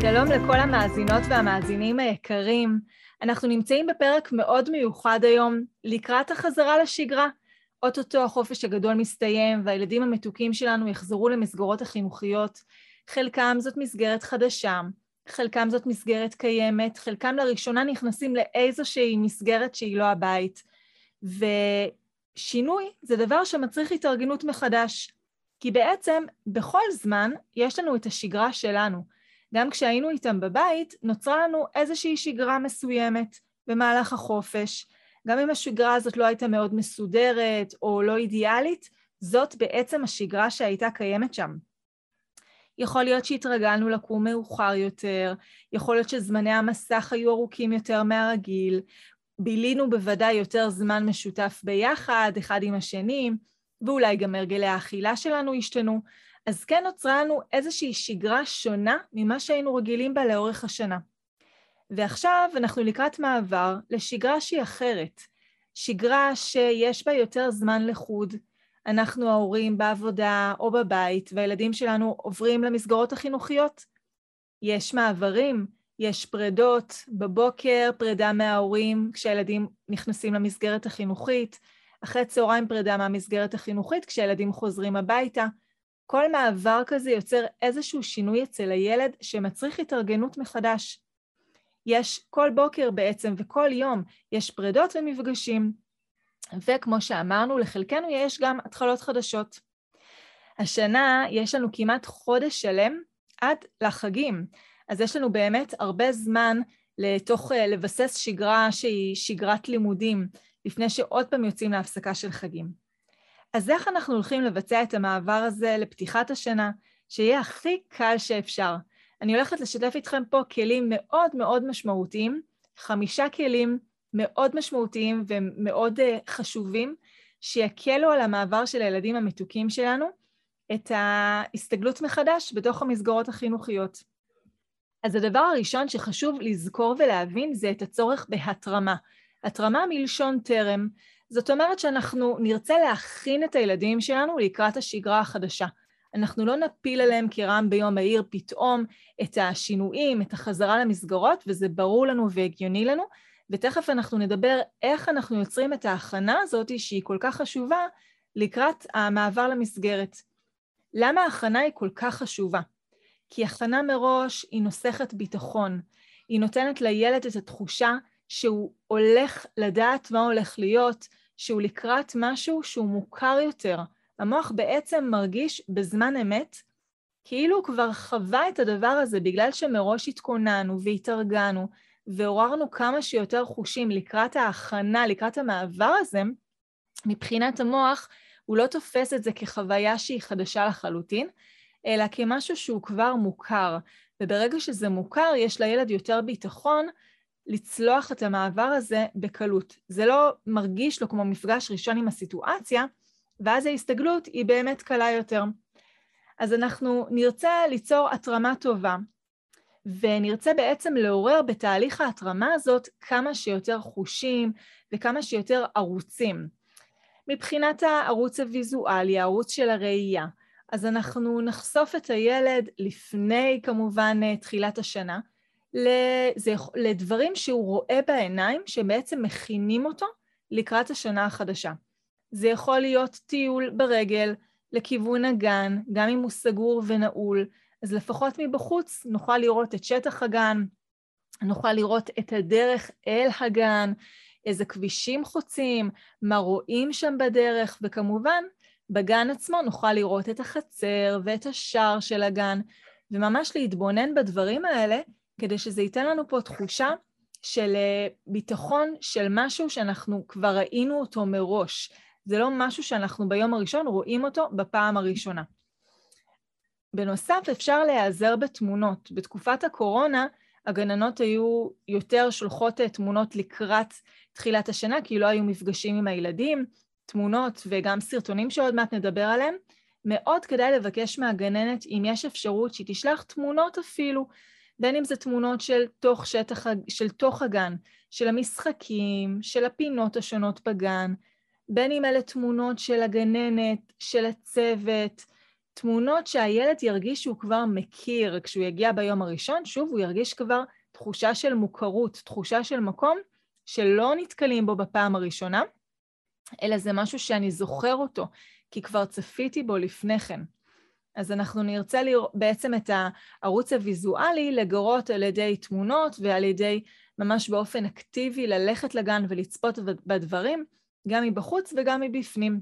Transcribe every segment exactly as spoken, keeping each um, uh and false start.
שלום לכל המאזינות והמאזינים היקרים. אנחנו נמצאים בפרק מאוד מיוחד היום, לקראת החזרה לשגרה. אוטוטו החופש הגדול מסתיים, והילדים המתוקים שלנו יחזרו למסגרות החינוכיות. חלקם זאת מסגרת חדשה, חלקם זאת מסגרת קיימת, חלקם לראשונה נכנסים לאיזושהי מסגרת שהיא לא הבית. ושינוי זה דבר שמצריך התארגנות מחדש, כי בעצם בכל זמן יש לנו את השגרה שלנו. גם כשהיינו איתם בבית, נוצרה לנו איזושהי שגרה מסוימת במהלך החופש. גם אם השגרה הזאת לא הייתה מאוד מסודרת או לא אידיאלית, זאת בעצם השגרה שהייתה קיימת שם. יכול להיות שהתרגלנו לקום מאוחר יותר, יכול להיות שזמני המסך היו ארוכים יותר מהרגיל, בילינו בוודאי יותר זמן משותף ביחד, אחד עם השני, ואולי גם הרגלי האכילה שלנו השתנו, אז כן נוצרה לנו איזושהי שגרה שונה ממה שהיינו רגילים בה לאורך השנה. ועכשיו אנחנו לקראת מעבר לשגרה שהיא אחרת, שגרה שיש בה יותר זמן לחוד. אנחנו ההורים בעבודה או בבית, והילדים שלנו עוברים למסגרות החינוכיות. יש מעברים, יש פרדות, בבוקר פרידה מההורים כשהילדים נכנסים למסגרת החינוכית, אחרי צהריים פרידה מהמסגרת החינוכית כשהילדים חוזרים הביתה. כל מעבר כזה יוצר איזשהו שינוי אצל הילד שמצריך התארגנות מחדש. יש כל בוקר בעצם וכל יום יש פרדות ומפגשים, וכמו שאמרנו, לחלקנו יש גם התחלות חדשות. השנה יש לנו כמעט חודש שלם עד לחגים, אז יש לנו באמת הרבה זמן לתוך לבסס שגרה שהיא שגרת לימודים, לפני שעוד פעם יוצאים להפסקה של חגים. אז איך אנחנו הולכים לבצע את המעבר הזה לפתיחת השנה, שיהיה הכי קל שאפשר? אני הולכת לשתף איתכם פה כלים מאוד מאוד משמעותיים, חמישה כלים מאוד משמעותיים ומאוד חשובים, שיקלו על המעבר של הילדים המתוקים שלנו, את ההסתגלות מחדש בתוך המסגרות החינוכיות. אז הדבר הראשון שחשוב לזכור ולהבין זה את הצורך בהתרמה. התרמה מלשון טרם, זאת אומרת שאנחנו נרצה להכין את הילדים שלנו לקראת השגרה החדשה. אנחנו לא נפיל עליהם כרעם ביום בהיר פתאום את השינויים, את החזרה למסגרות, וזה ברור לנו והגיוני לנו, ותכף אנחנו נדבר איך אנחנו יוצרים את ההכנה הזאת שהיא כל כך חשובה לקראת המעבר למסגרת. למה ההכנה היא כל כך חשובה? כי הכנה מראש היא נוסחת ביטחון, היא נותנת לילד את התחושה שהוא הולך לדעת מה הולך להיות, שהוא לקראת משהו שהוא מוכר יותר. המוח בעצם מרגיש בזמן אמת, כאילו הוא כבר חווה את הדבר הזה, בגלל שמראש התכוננו והתארגנו, ועוררנו כמה שיותר חושים לקראת ההכנה, לקראת המעבר הזה, מבחינת המוח הוא לא תופס את זה כחוויה שהיא חדשה לחלוטין, אלא כמשהו שהוא כבר מוכר. וברגע שזה מוכר, יש לילד יותר ביטחון, לצלוח את המעבר הזה בקלות. זה לא מרגיש לו כמו מפגש ראשון עם הסיטואציה, ואז ההסתגלות היא באמת קלה יותר. אז אנחנו נרצה ליצור התרמה טובה, ונרצה בעצם לעורר בתהליך ההתרמה הזאת כמה שיותר חושים וכמה שיותר ערוצים. מבחינת הערוץ הוויזואלי, הערוץ של הראייה, אז אנחנו נחשוף את הילד לפני כמובן תחילת השנה, לדברים שהוא רואה בעיניים שבעצם מכינים אותו לקראת השנה החדשה. זה יכול להיות טיול ברגל לכיוון הגן, גם אם הוא סגור ונעול, אז לפחות מבחוץ נוכל לראות את שטח הגן, נוכל לראות את הדרך אל הגן, איזה כבישים חוצים, מה רואים שם בדרך, וכמובן בגן עצמו נוכל לראות את החצר ואת השער של הגן, וממש להתבונן בדברים האלה, כדי שזה ייתן לנו פה תחושה של ביטחון של משהו שאנחנו כבר ראינו אותו מראש. זה לא משהו שאנחנו ביום הראשון רואים אותו בפעם הראשונה. בנוסף, אפשר להיעזר בתמונות. בתקופת הקורונה, הגננות היו יותר שולחות תמונות לקראת תחילת השנה, כי לא היו מפגשים עם הילדים, תמונות וגם סרטונים שעוד מעט נדבר עליהם. מאוד כדאי לבקש מהגננת, אם יש אפשרות, שהיא תשלח תמונות אפילו, בין אם זה תמונות של תוך שטח, של תוך הגן, של המשחקים, של הפינות השונות בגן, בין אם אלה תמונות של הגננת, של הצוות, תמונות שהילד ירגיש שהוא כבר מכיר, כשהוא יגיע ביום הראשון, שוב הוא ירגיש כבר תחושה של מוכרות, תחושה של מקום שלא נתקלים בו בפעם הראשונה, אלא זה משהו שאני זוכר אותו, כי כבר צפיתי בו לפני כן. אז אנחנו נרצה לראות בעצם את הערוץ הוויזואלי לגרות על ידי תמונות ועל ידי ממש באופן אקטיבי ללכת לגן ולצפות בדברים, גם מבחוץ וגם מבפנים.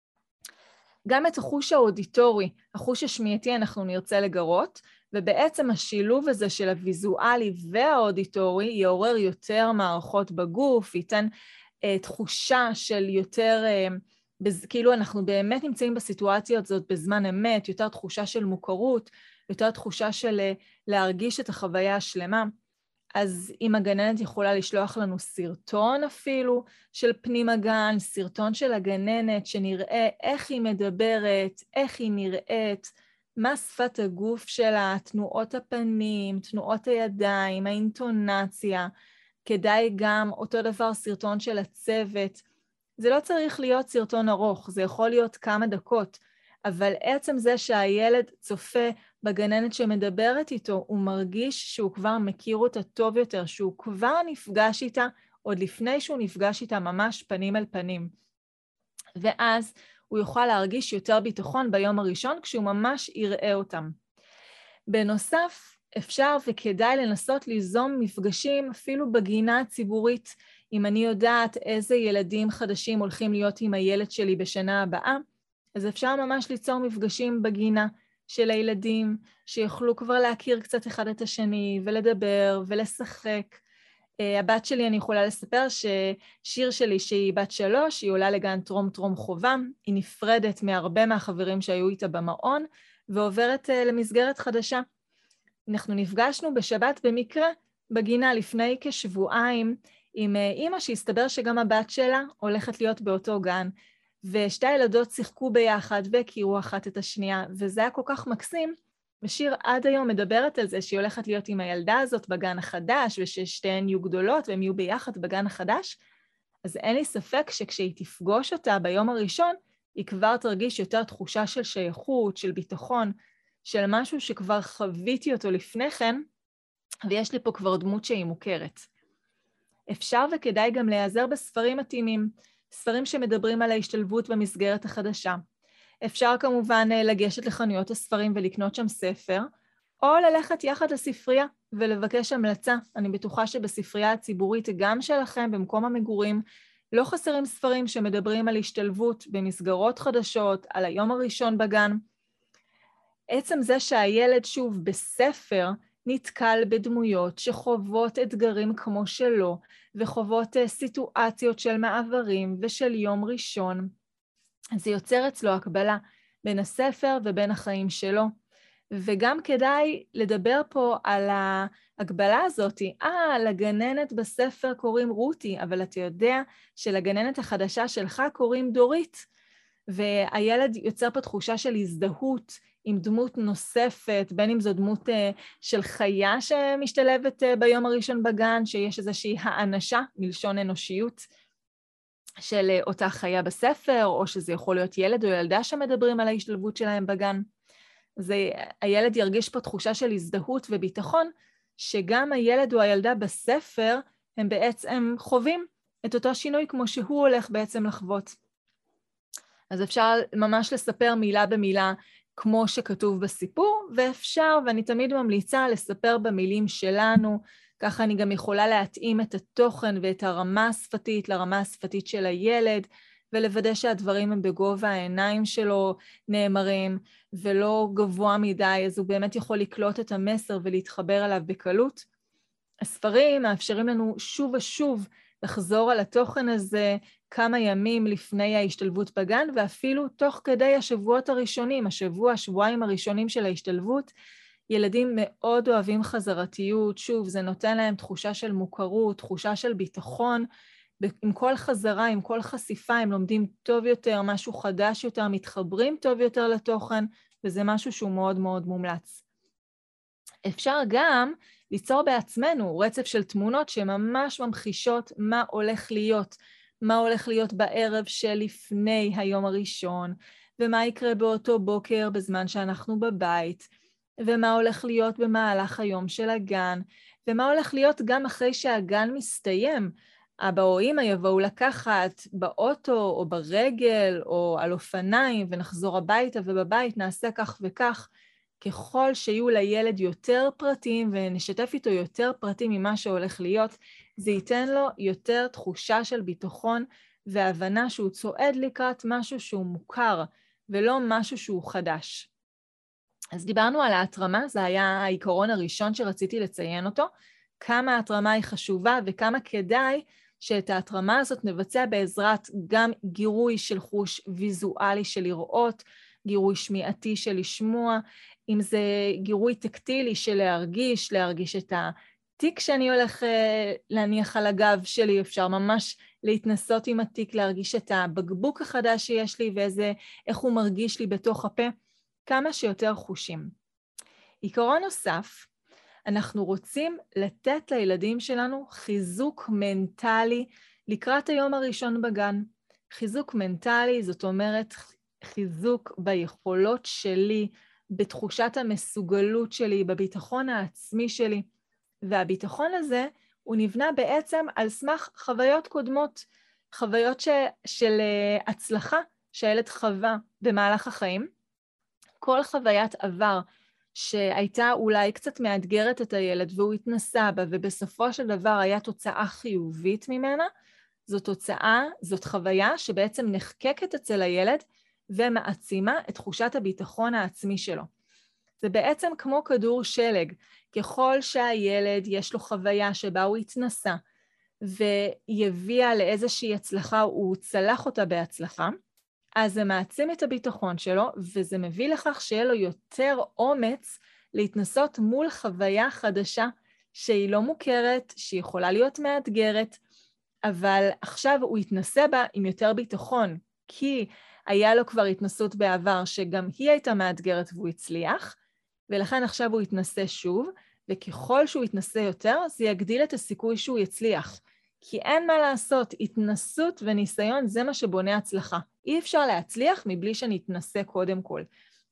גם את החוש האודיטורי, החוש השמיעתי אנחנו נרצה לגרות, ובעצם השילוב הזה של הוויזואלי והאודיטורי יעורר יותר מערכות בגוף, ייתן אה, תחושה של יותר, אה, בז, כאילו אנחנו באמת נמצאים בסיטואציה הזאת בזמן אמת, יותר תחושה של מוכרות, יותר תחושה של אה, להרגיש את החוויה השלמה. אז אם הגננת יכולה לשלוח לנו סרטון אפילו של פנים הגן, סרטון של הגננת שנראה איך היא מדברת, איך היא נראית, מה שפת הגוף שלה, תנועות הפנים, תנועות הידיים, האינטונציה, כדאי גם אותו דבר סרטון של הצוות. זה לא צריך להיות סרטון ארוך, זה יכול להיות כמה דקות, אבל עצם זה שהילד צופה בגננת שמדברת איתו, הוא מרגיש שהוא כבר מכיר אותה טוב יותר, שהוא כבר נפגש איתה, עוד לפני שהוא נפגש איתה ממש פנים על פנים. ואז הוא יוכל להרגיש יותר ביטחון ביום הראשון, כשהוא ממש יראה אותם. בנוסף, אפשר וכדאי לנסות ליזום מפגשים אפילו בגינה הציבורית, אם אני יודעת איזה ילדים חדשים הולכים להיות עם הילד שלי בשנה הבאה, אז אפשר ממש ליצור מפגשים בגינה של הילדים, שיוכלו כבר להכיר קצת אחד את השני, ולדבר ולשחק. הבת שלי, אני יכולה לספר ששיר שלי, שהיא בת שלוש, היא עולה לגן טרום טרום חובה, היא נפרדת מהרבה מהחברים שהיו איתה במעון, ועוברת למסגרת חדשה. אנחנו נפגשנו בשבת במקרה בגינה לפני כשבועיים, עם אמא שהסתבר שגם הבת שלה הולכת להיות באותו גן, ושתי הילדות שיחקו ביחד והכירו אחת את השנייה, וזה היה כל כך מקסים, ושיר עד היום מדברת על זה שהיא הולכת להיות עם הילדה הזאת בגן החדש, וששתיהן יהיו גדולות והם יהיו ביחד בגן החדש, אז אין לי ספק שכשהיא תפגוש אותה ביום הראשון, היא כבר תרגיש יותר תחושה של שייכות, של ביטחון, של משהו שכבר חוויתי אותו לפני כן, ויש לי פה כבר דמות שהיא מוכרת. אפשר וכדאי גם להיעזר בספרים מתאימים, ספרים שמדברים על ההשתלבות במסגרת החדשה. אפשר כמובן לגשת לחנויות הספרים ולקנות שם ספר, או ללכת יחד לספרייה ולבקש המלצה. אני בטוחה שבספרייה הציבורית גם שלכם במקום המגורים, לא חסרים ספרים שמדברים על השתלבות במסגרות חדשות, על היום הראשון בגן. עצם זה שהילד שוב בספר נתקל בדמויות שחוות אתגרים כמו שלו, וחוות סיטואציות של מעברים ושל יום ראשון, זה יוצר אצלו הקבלה בין הספר ובין החיים שלו. וגם כדאי לדבר פה על ההקבלה הזאת. אה, לגננת בספר קוראים רותי, אבל אתה יודע שלגננת החדשה שלך קוראים דורית. והילד יוצר פה תחושה של הזדהות עם דמות נוספת, בין אם זו דמות של חיה שמשתלבת ביום הראשון בגן, שיש איזושהי האנשה, מלשון אנושיות, של אותה חיה בספר, או שזה יכול להיות ילד או ילדה שמדברים על ההשתלבות שלהם בגן. זה, הילד ירגיש פה תחושה של הזדהות וביטחון, שגם הילד או הילדה בספר, הם בעצם חווים את אותו שינוי כמו שהוא הולך בעצם לחוות. אז אפשר ממש לספר מילה במילה כמו שכתוב בסיפור, ואפשר, ואני תמיד ממליצה, לספר במילים שלנו, ככה אני גם יכולה להתאים את התוכן ואת הרמה השפתית לרמה השפתית של הילד, ולוודא שהדברים הם בגובה העיניים שלו נאמרים, ולא גבוה מדי, אז הוא באמת יכול לקלוט את המסר ולהתחבר עליו בקלות. הספרים מאפשרים לנו שוב ושוב לחזור על התוכן הזה כמה ימים לפני ההשתלבות בגן, ואפילו תוך כדי השבועות הראשונים, השבוע, השבועיים הראשונים של ההשתלבות, ילדים מאוד אוהבים חזרתיות, שוב, זה נותן להם תחושה של מוכרות, תחושה של ביטחון, עם כל חזרה, עם כל חשיפה, הם לומדים טוב יותר, משהו חדש יותר, מתחברים טוב יותר לתוכן, וזה משהו שהוא מאוד מאוד מומלץ. אפשר גם ליצור בעצמנו רצף של תמונות שממש ממחישות מה הולך להיות, מה הולך להיות בערב שלפני היום הראשון, ומה יקרה באותו בוקר בזמן שאנחנו בבית, ומה הולך להיות במהלך היום של הגן, ומה הולך להיות גם אחרי שהגן מסתיים. אבא או אמא יבואו לקחת באוטו או ברגל או על אופניים ונחזור הביתה, ובבית נעשה כך וכך. ככל שיהיו לילד יותר פרטים ונשתף איתו יותר פרטים ממה שהולך להיות, זה ייתן לו יותר תחושה של ביטחון והבנה שהוא צועד לקראת משהו שהוא מוכר ולא משהו שהוא חדש. אז דיברנו על ההתרמה, זה היה העיקרון הראשון שרציתי לציין אותו, כמה ההתרמה היא חשובה וכמה כדאי שאת ההתרמה הזאת נבצע בעזרת גם גירוי של חוש ויזואלי של לראות, גירוי שמיעתי של לשמוע, אם זה גירוי טקטילי של להרגיש, להרגיש את התיק שאני הולך להניח על הגב שלי, אפשר ממש להתנסות עם התיק, להרגיש את הבקבוק החדש שיש לי ואיזה, איך הוא מרגיש לי בתוך הפה, כמה שיותר חושים. עיקרון נוסף, אנחנו רוצים לתת לילדים שלנו חיזוק מנטלי לקראת היום הראשון בגן. חיזוק מנטלי, זאת אומרת חיזוק ביכולות שלי, בתחושת המסוגלות שלי, בביטחון העצמי שלי. והביטחון הזה הוא נבנה בעצם על סמך חוויות קודמות, חוויות ש... של הצלחה שהילד חווה במהלך החיים. כל חוויית עבר שהייתה אולי קצת מאתגרת את הילד והוא התנסה בה ובסופו של דבר היה תוצאה חיובית ממנה, זאת תוצאה, זאת חוויה שבעצם נחקקת אצל הילד ומעצימה את תחושת הביטחון העצמי שלו. זה בעצם כמו כדור שלג, ככל שהילד יש לו חוויה שבה הוא התנסה והיא הביאה לאיזושהי הצלחה, הוא צלח אותה בהצלחה, אז זה מעצים את הביטחון שלו, וזה מביא לכך שיהיה לו יותר אומץ להתנסות מול חוויה חדשה שהיא לא מוכרת, שהיא יכולה להיות מאתגרת, אבל עכשיו הוא יתנסה בה עם יותר ביטחון, כי היה לו כבר התנסות בעבר שגם היא הייתה מאתגרת והוא הצליח, ולכן עכשיו הוא יתנסה שוב, וככל שהוא יתנסה יותר, זה יגדיל את הסיכוי שהוא יצליח. כי אין מה לעשות, התנסות וניסיון זה מה שבונה הצלחה. אי אפשר להצליח מבלי שנתנסה קודם כל.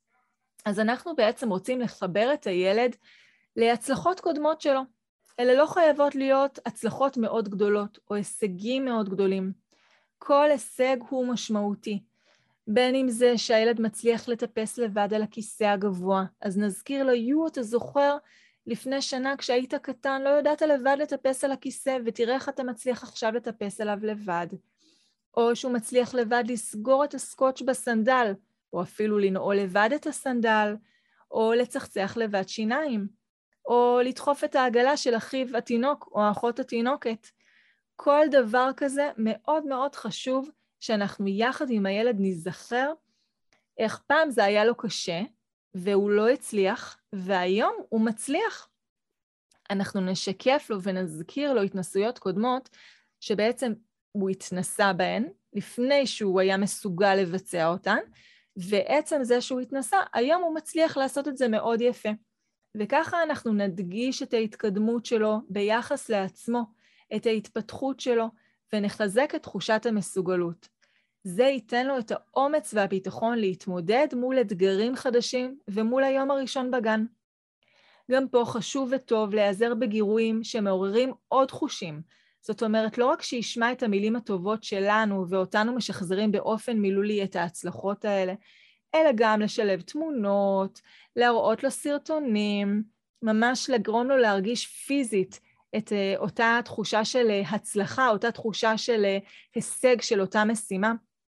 אז אנחנו בעצם רוצים לחבר את הילד להצלחות קודמות שלו. אלה לא חייבות להיות הצלחות מאוד גדולות או הישגים מאוד גדולים. כל הישג הוא משמעותי. בין אם זה שהילד מצליח לטפס לבד על הכיסא הגבוה, אז נזכיר לו, יו, אתה זוכר, לפני שנה כשהיית קטן לא ידעת לבד לטפס על הכיסא, ותראה איך אתה מצליח עכשיו לטפס עליו לבד. או שהוא מצליח לבד לסגור את הסקוץ' בסנדל, או אפילו לנעול לבד את הסנדל, או לצחצח לבד שיניים, או לדחוף את העגלה של אחיו התינוק או האחות התינוקת. כל דבר כזה מאוד מאוד חשוב שאנחנו יחד עם הילד נזכר איך פעם זה היה לו קשה, והוא לא הצליח, והיום הוא מצליח. אנחנו נשקף לו ונזכיר לו התנסויות קודמות, שבעצם הוא התנסה בהן, לפני שהוא היה מסוגל לבצע אותן, ועצם זה שהוא התנסה, היום הוא מצליח לעשות את זה מאוד יפה. וככה אנחנו נדגיש את ההתקדמות שלו ביחס לעצמו, את ההתפתחות שלו, ונחזק את תחושת המסוגלות. זה ייתן לו את האומץ והביטחון להתמודד מול אתגרים חדשים ומול היום הראשון בגן. גם פה חשוב וטוב להיעזר בגירויים שמעוררים עוד חושים. זאת אומרת, לא רק שישמע את המילים הטובות שלנו ואותנו משחזרים באופן מילולי את ההצלחות האלה, אלא גם לשלב תמונות, להראות לו סרטונים, ממש לגרום לו להרגיש פיזית את אותה תחושה של הצלחה, אותה תחושה של הישג של אותה משימה.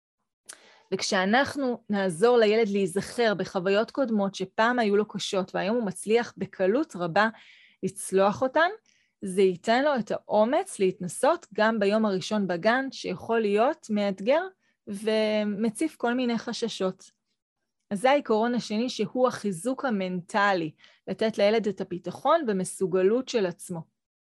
וכשאנחנו נעזור לילד להיזכר בחוויות קודמות שפעם היו לו קשות והיום הוא מצליח בקלות רבה לצלוח אותן, זה ייתן לו את האומץ להתנסות גם ביום הראשון בגן, שיכול להיות מאתגר ומציף כל מיני חששות. אז זה העיקרון השני שהוא החיזוק המנטלי, לתת לילד את הביטחון ומסוגלות של עצמו.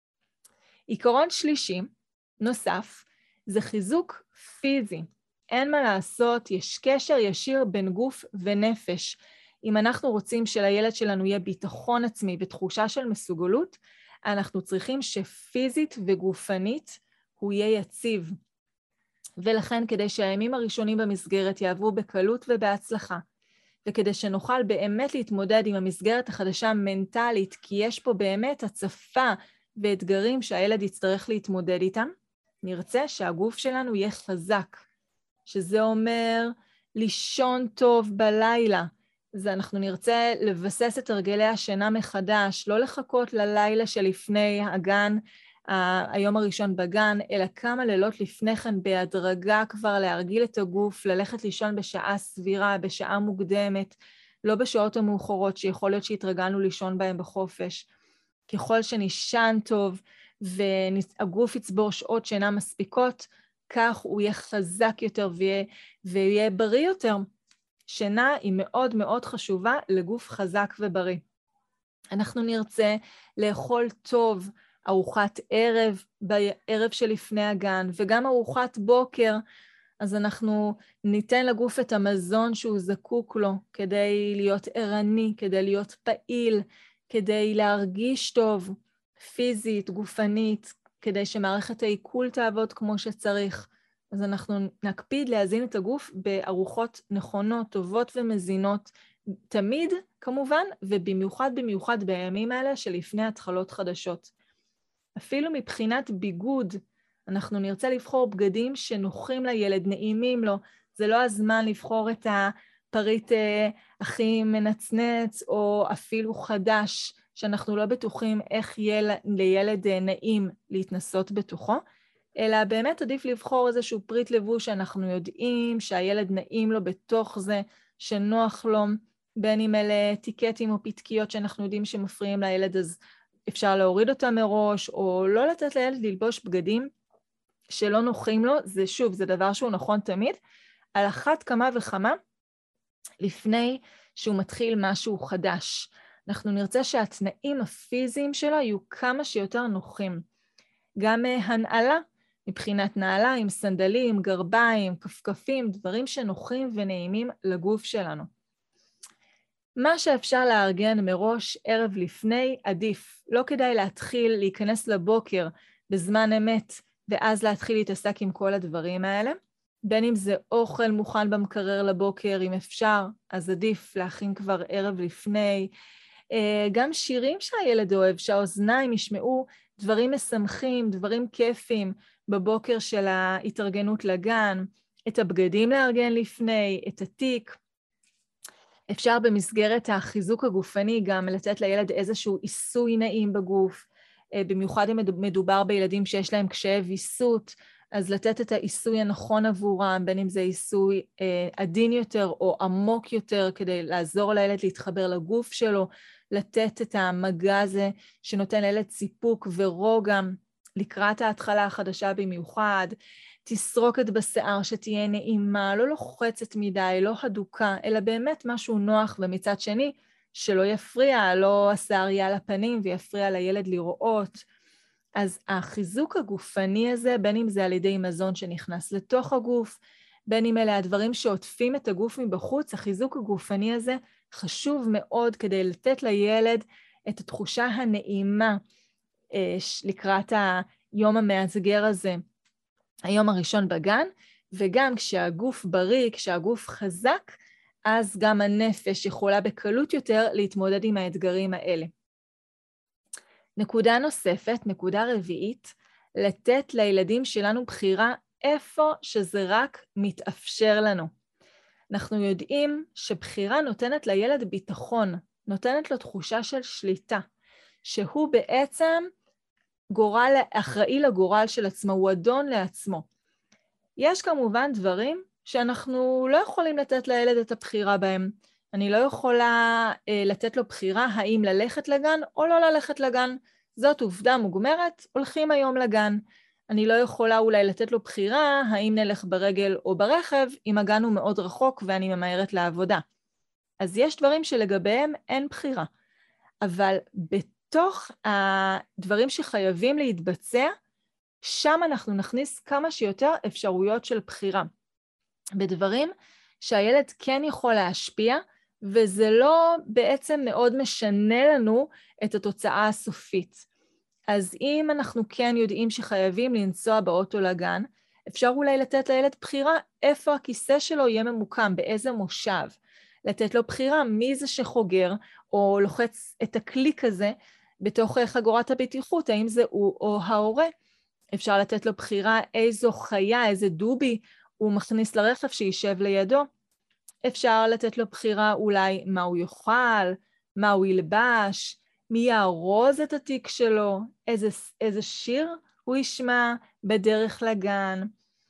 עיקרון שלישי, נוסף, זה חיזוק פיזי. אין מה לעשות, יש קשר ישיר בין גוף ונפש. אם אנחנו רוצים שלילד שלנו יהיה ביטחון עצמי ותחושה של מסוגלות, אנחנו צריכים שפיזית וגופנית הוא יהיה יציב. ולכן כדי שהימים הראשונים במסגרת יעברו בקלות ובהצלחה, וכדי שנוכל באמת להתמודד עם המסגרת החדשה מנטלית, כי יש פה באמת הצפה ואתגרים שהילד יצטרך להתמודד איתם, נרצה שהגוף שלנו יהיה חזק, שזה אומר לישון טוב בלילה. זה אנחנו נרצה לבסס את הרגלי השינה מחדש, לא לחכות ללילה שלפני הגן, היום הראשון בגן, אלא כמה לילות לפני כן בהדרגה כבר להרגיל את הגוף, ללכת לישון בשעה סבירה, בשעה מוקדמת, לא בשעות המאוחרות שיכול להיות שהתרגלנו לישון בהם בחופש. ככל שנישן טוב והגוף יצבור שעות שינה מספיקות, כך הוא יהיה חזק יותר ויהיה, ויהיה בריא יותר. שינה היא מאוד מאוד חשובה לגוף חזק ובריא. אנחנו נרצה לאכול טוב, ארוחת ערב בערב שלפני הגן, וגם ארוחת בוקר, אז אנחנו ניתן לגוף את המזון שהוא זקוק לו, כדי להיות ערני, כדי להיות פעיל, כדי להרגיש טוב, פיזית, גופנית, כדי שמערכת העיכול תעבוד כמו שצריך. אז אנחנו נקפיד להזין את הגוף בארוחות נכונות, טובות ומזינות, תמיד כמובן, ובמיוחד במיוחד בימים האלה שלפני התחלות חדשות. אפילו מבחינת ביגוד, אנחנו נרצה לבחור בגדים שנוחים לילד, נעימים לו. זה לא הזמן לבחור את הפריט אה, הכי מנצנץ, או אפילו חדש, שאנחנו לא בטוחים איך יהיה לילד אה, נעים להתנסות בתוכו, אלא באמת עדיף לבחור איזשהו פריט לבוש שאנחנו יודעים שהילד נעים לו בתוך זה, שנוח לו, בין אם אלה טיקטים או פתקיות שאנחנו יודעים שמפריעים לילד, אז אפשר להוריד אותם מראש, או לא לתת לילד ללבוש בגדים שלא נוחים לו. זה שוב, זה דבר שהוא נכון תמיד, על אחת כמה וכמה, לפני שהוא מתחיל משהו חדש. אנחנו נרצה שהתנאים הפיזיים שלו יהיו כמה שיותר נוחים. גם הנעלה, מבחינת נעליים, סנדלים, גרביים, כפכפים, דברים שנוחים ונעימים לגוף שלנו. מה שאפשר לארגן מראש ערב לפני עדיף. לא כדאי להתחיל להיכנס לבוקר בזמן אמת, ואז להתחיל להתעסק עם כל הדברים האלה. בין אם זה אוכל מוכן במקרר לבוקר, אם אפשר, אז עדיף להכין כבר ערב לפני. גם שירים שהילד אוהב, שהאוזניים ישמעו דברים משמחים, דברים כיפים בבוקר של ההתארגנות לגן, את הבגדים לארגן לפני, את התיק. אפשר במסגרת החיזוק הגופני גם לתת לילד איזשהו עיסוי נעים בגוף, במיוחד אם מדובר בילדים שיש להם קשיי ויסות, אז לתת את העיסוי הנכון עבורם, בין אם זה עיסוי עדין יותר או עמוק יותר, כדי לעזור לילד להתחבר לגוף שלו, לתת את המגע הזה שנותן לילד סיפוק ורוגע לקראת ההתחלה החדשה במיוחד, תסרוקת בשיער שתהיה נעימה, לא לוחצת מדי, לא הדוקה, אלא באמת משהו נוח, ומצד שני שלא יפריע, לא השיער יהיה על הפנים ויפריע לילד לראות. אז החיזוק הגופני הזה, בין אם זה על ידי מזון שנכנס לתוך הגוף, בין אם אלה הדברים שעוטפים את הגוף מבחוץ, החיזוק הגופני הזה חשוב מאוד כדי לתת לילד את התחושה הנעימה אה, לקראת היום המאתגר הזה, היום הראשון בגן, וגם כשהגוף בריא, כשהגוף חזק, אז גם הנפש יכולה בקלות יותר להתמודד עם האתגרים האלה. נקודה נוספת, נקודה רביעית, לתת לילדים שלנו בחירה איפה שזה רק מתאפשר לנו. אנחנו יודעים שבחירה נותנת לילד ביטחון, נותנת לו תחושה של שליטה, שהוא בעצם גורל, אחראי לגורל של עצמו, הוא אדון לעצמו. יש כמובן דברים שאנחנו לא יכולים לתת לילד את הבחירה בהם. אני לא יכולה אה, לתת לו בחירה האם ללכת לגן או לא ללכת לגן. זאת עובדה מוגמרת, הולכים היום לגן. אני לא יכולה אולי לתת לו בחירה האם נלך ברגל או ברכב, אם הגן הוא מאוד רחוק ואני ממהרת לעבודה. אז יש דברים שלגביהם אין בחירה. אבל בתוך הדברים שחייבים להתבצע, שם אנחנו נכניס כמה שיותר אפשרויות של בחירה. בדברים שהילד כן יכול להשפיע, וזה לא בעצם מאוד משנה לנו את התוצאה הסופית. אז אם אנחנו כן יודעים שחייבים לנסוע באוטו לגן, אפשר אולי לתת לילד בחירה איפה הכיסא שלו יהיה ממוקם, באיזה מושב. לתת לו בחירה מי זה שחוגר או לוחץ את הקליק הזה בתוך חגורת הבטיחות, האם זה הוא או ההורה. אפשר לתת לו בחירה איזו חיה, איזה דובי הוא מכניס לרכב שישב לידו. אפשר לתת לו בחירה אולי מה הוא יאכל, מה הוא ילבש, מי יארוז את התיק שלו, איזה, איזה שיר הוא ישמע בדרך לגן,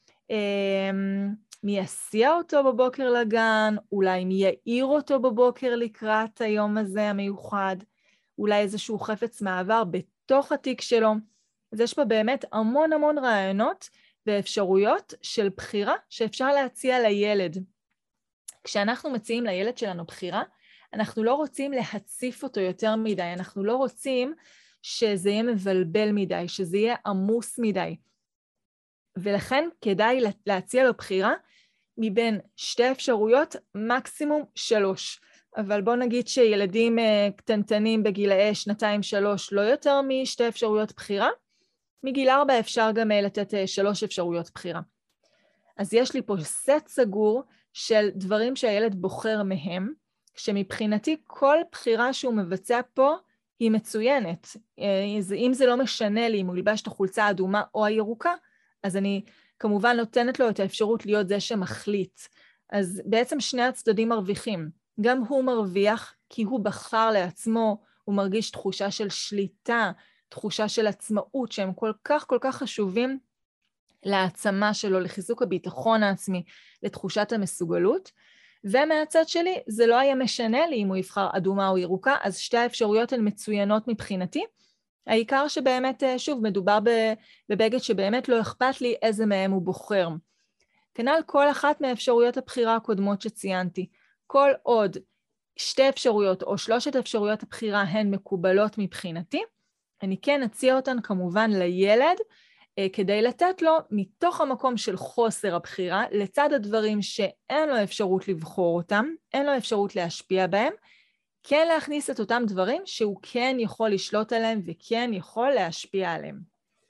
מי יסיע אותו בבוקר לגן, אולי מי יעיר אותו בבוקר לקראת היום הזה המיוחד, אולי איזשהו חפץ מעבר בתוך התיק שלו. אז יש פה באמת המון המון רעיונות ואפשרויות של בחירה שאפשר להציע לילד. כשאנחנו מציעים לילד שלנו בחירה, אנחנו לא רוצים להציף אותו יותר מדי, אנחנו לא רוצים שזה יהיה מבלבל מדי, שזה יהיה עמוס מדי. ולכן כדאי להציע לו בחירה מבין שתי אפשרויות, מקסימום שלוש. אבל בוא נגיד שילדים קטנטנים בגילאי שנתיים שלוש לא יותר משתי אפשרויות בחירה, מגיל ארבע אפשר גם לתת שלוש אפשרויות בחירה. אז יש לי פה סט סגור של דברים שהילד בוחר מהם, שמבחינתי כל בחירה שהוא מבצע פה היא מצוינת. אם זה לא משנה לי אם הוא ילבש את החולצה האדומה או הירוקה, אז אני כמובן נותנת לו את האפשרות להיות זה שמחליט. אז בעצם שני הצדדים מרוויחים. גם הוא מרוויח כי הוא בחר לעצמו, הוא מרגיש תחושה של שליטה, תחושה של עצמאות, שהם כל כך כל כך חשובים להעצמה שלו, לחיזוק הביטחון העצמי, לתחושת המסוגלות. ומהצד שלי, זה לא היה משנה לי אם הוא יבחר אדומה או ירוקה, אז שתי האפשרויות הן מצוינות מבחינתי. העיקר שבאמת, שוב, מדובר בבגד שבאמת לא אכפת לי איזה מהם הוא בוחר. כנ"ל כל אחת מאפשרויות הבחירה הקודמות שציינתי. כל עוד שתי אפשרויות או שלושת אפשרויות הבחירה הן מקובלות מבחינתי, אני כן אציע אותן כמובן לילד, כדי לתת לו מתוך המקום של חוסר הבחירה, לצד הדברים שאין לו אפשרות לבחור אותם, אין לו אפשרות להשפיע בהם, כן להכניס את אותם דברים שהוא כן יכול לשלוט עליהם וכן יכול להשפיע עליהם.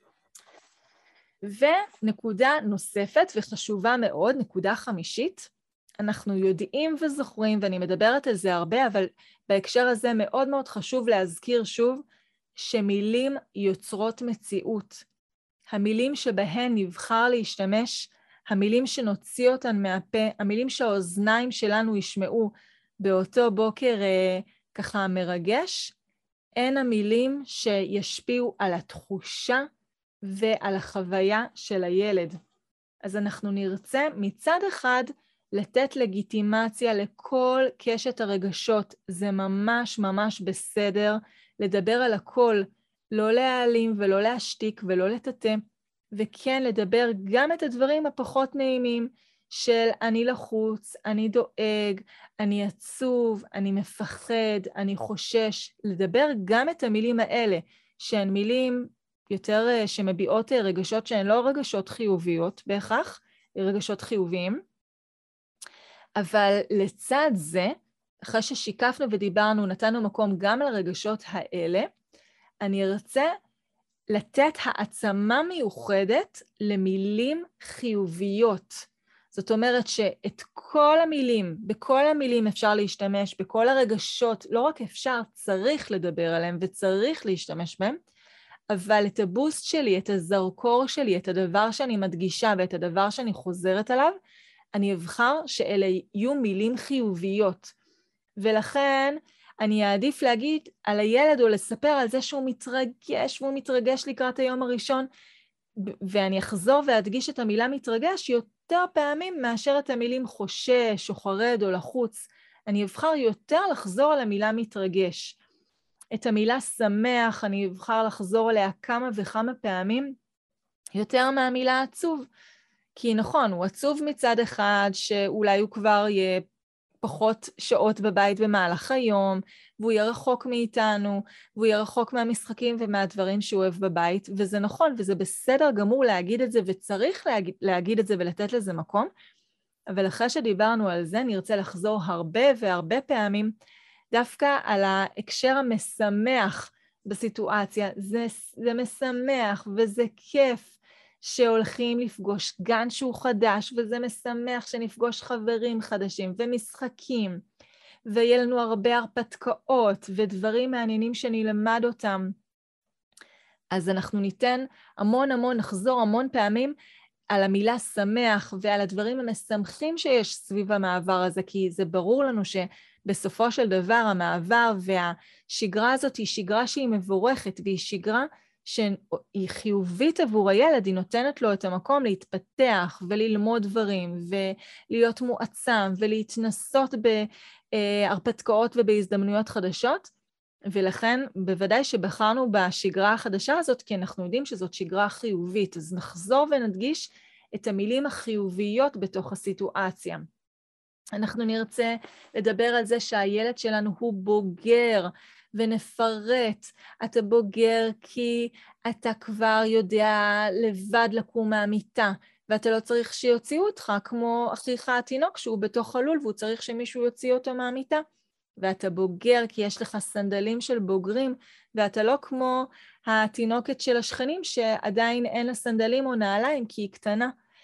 ונקודה נוספת וחשובה מאוד, נקודה חמישית, אנחנו יודעים וזוכרים, ואני מדברת על זה הרבה, אבל בהקשר הזה מאוד מאוד חשוב להזכיר שוב, שמילים יוצרות מציאות. המילים שבהן נבחר להשתמש, המילים שנוציא אותן מהפה, המילים שהאוזניים שלנו ישמעו באותו בוקר אה, ככה מרגש, הן המילים שישפיעו על התחושה ועל החוויה של הילד. אז אנחנו נרצה מצד אחד לתת לגיטימציה לכל קשת הרגשות, זה ממש ממש בסדר לדבר על הכל, לא להעלים ולא להשתיק ולא לטאטא, וכן לדבר גם את הדברים הפחות נעימים של אני לחוץ, אני דואג, אני עצוב, אני מפחד, אני חושש, לדבר גם את המילים האלה, שהן מילים יותר שמביעות רגשות שהן לא רגשות חיוביות בהכרח, רגשות חיוביים, אבל לצד זה, אחרי ששיקפנו ודיברנו, נתנו מקום גם לרגשות האלה, אני ארצה לתת העצמה מיוחדת למילים חיוביות. זאת אומרת שאת כל המילים, בכל המילים אפשר להשתמש, בכל הרגשות, לא רק אפשר, צריך לדבר עליהם וצריך להשתמש בהם, אבל את הבוסט שלי, את הזרקור שלי, את הדבר שאני מדגישה ואת הדבר שאני חוזרת עליו, אני אבחר שאלה יהיו מילים חיוביות. ולכן אני אעדיף להגיד על הילד או לספר על זה שהוא מתרגש, והוא מתרגש לקראת היום הראשון, ואני אחזור ואדגיש את המילה מתרגש יותר פעמים מאשר את המילים חושש או חרד או לחוץ. אני אבחר יותר לחזור על המילה מתרגש. את המילה שמח אני אבחר לחזור עליה כמה וכמה פעמים יותר מהמילה עצוב. כי נכון, הוא עצוב מצד אחד שאולי הוא כבר יהיה פחות שעות בבית במהלך היום, והוא יהיה רחוק מאיתנו, והוא יהיה רחוק מהמשחקים ומהדברים שהוא אוהב בבית, וזה נכון, וזה בסדר גמור להגיד את זה, וצריך להגיד, להגיד את זה ולתת לזה מקום, אבל אחרי שדיברנו על זה, נרצה לחזור הרבה והרבה פעמים, דווקא על ההקשר המשמח בסיטואציה, זה, זה משמח וזה כיף, שהולכים לפגוש גן שהוא חדש, וזה משמח שנפגוש חברים חדשים ומשחקים, ויהיה לנו הרבה הרפתקאות ודברים מעניינים שנלמד אותם. אז אנחנו ניתן המון המון, נחזור המון פעמים על המילה שמח ועל הדברים המשמחים שיש סביב המעבר הזה, כי זה ברור לנו שבסופו של דבר המעבר והשגרה הזאת היא שגרה שהיא מבורכת, והיא שגרה שהיא חיובית עבור הילד, היא נותנת לו את המקום להתפתח וללמוד דברים ולהיות מועצם ולהתנסות בהרפתקאות ובהזדמנויות חדשות, ולכן בוודאי שבחרנו בשגרה החדשה הזאת, כי אנחנו יודעים שזאת שגרה חיובית, אז נחזור ונדגיש את המילים החיוביות בתוך הסיטואציה. אנחנו נרצה לדבר על זה שהילד שלנו הוא בוגר, ונפרט, אתה בוגר כי אתה כבר יודע לבד לקום מהמיטה, ואתה לא צריך שיוציאו אותך כמו אחיך התינוק שהוא בתוך הלול, והוא צריך שמישהו יוציא אותו מהמיטה. ואתה בוגר כי יש לך סנדלים של בוגרים, ואתה לא כמו התינוקת של השכנים שעדיין אין לה סנדלים או נעליים כי היא קטנה.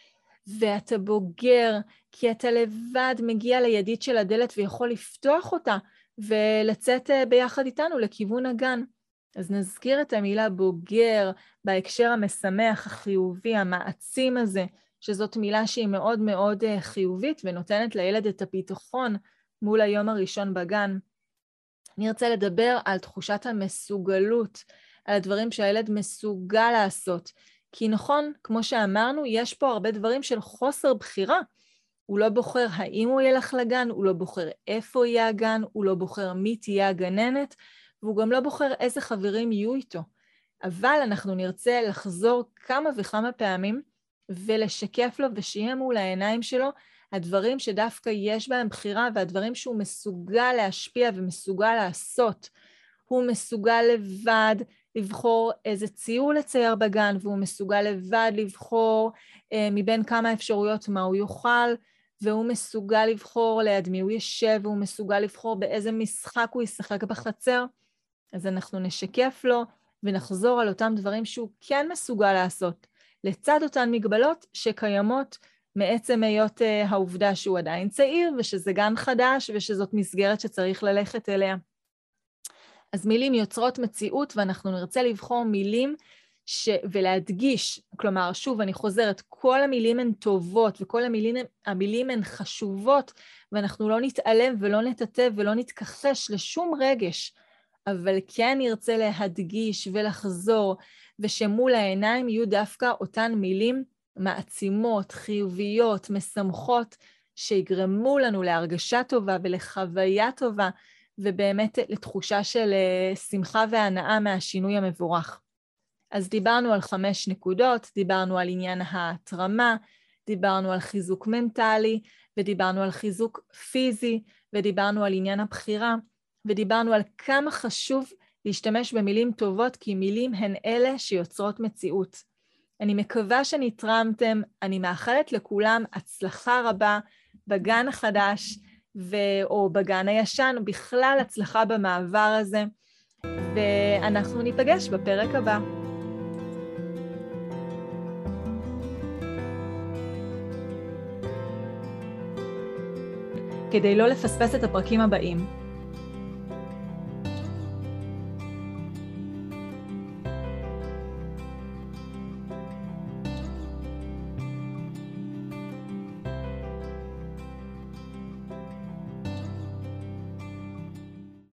ואתה בוגר כי אתה לבד מגיע לידית של הדלת ויכול לפתוח אותה ולצאת ביחד איתנו לכיוון הגן. אז נזכיר את המילה בוגר בהקשר המשמח, החיובי, המעצים הזה, שזאת מילה שהיא מאוד מאוד חיובית ונותנת לילד את הביטחון מול היום הראשון בגן. אני רוצה לדבר על תחושת המסוגלות, על הדברים שהילד מסוגל לעשות. כי נכון, כמו שאמרנו, יש פה הרבה דברים של חוסר בחירה. הוא לא בוחר האם הוא ילך לגן, הוא לא בוחר איפה יהיה הגן, הוא לא בוחר מי תהיה הגננת, והוא גם לא בוחר איזה חברים יהיו איתו. אבל אנחנו נרצה לחזור כמה וכמה פעמים ולשקף לו ושיהיה מול העיניים שלו הדברים שדווקא יש בהם בחירה והדברים שהוא מסוגל להשפיע ומסוגל לעשות. הוא מסוגל לבד לבחור איזה ציור לצייר בגן, והוא מסוגל לבד לבחור אה, מבין כמה אפשרויות מה הוא יאכל, והוא מסוגל לבחור ליד מי הוא ישב, והוא מסוגל לבחור באיזה משחק הוא ישחק בחצר. אז אנחנו נשקף לו ונחזור על אותם דברים שהוא כן מסוגל לעשות, לצד אותן מגבלות שקיימות מעצם היות uh, העובדה שהוא עדיין צעיר, ושזה גן חדש, ושזאת מסגרת שצריך ללכת אליה. אז מילים יוצרות מציאות, ואנחנו נרצה לבחור מילים ש... ולהדגיש, כלומר, שוב, אני חוזרת, כל המילים הן טובות, וכל המילים, המילים הן חשובות, ואנחנו לא נתעלם ולא נתתב ולא נתכחש לשום רגש, אבל כן נרצה להדגיש ולחזור, ושמול העיניים יהיו דווקא אותן מילים מעצימות, חיוביות, משמחות, שיגרמו לנו להרגשה טובה ולחוויה טובה, ובאמת לתחושה של שמחה והנאה מהשינוי המבורך. אז דיברנו על חמש נקודות, דיברנו על עניין ההתרמה, דיברנו על חיזוק מנטלי, ודיברנו על חיזוק פיזי, ודיברנו על עניין הבחירה, ודיברנו על כמה חשוב להשתמש במילים טובות, כי מילים הן אלה שיוצרות מציאות. אני מקווה שנתרמתם, אני מאחלת לכולם הצלחה רבה בגן החדש, ו... או בגן הישן, בכלל הצלחה במעבר הזה, ואנחנו ניפגש בפרק הבא. כדי לא לפספס את הפרקים הבאים,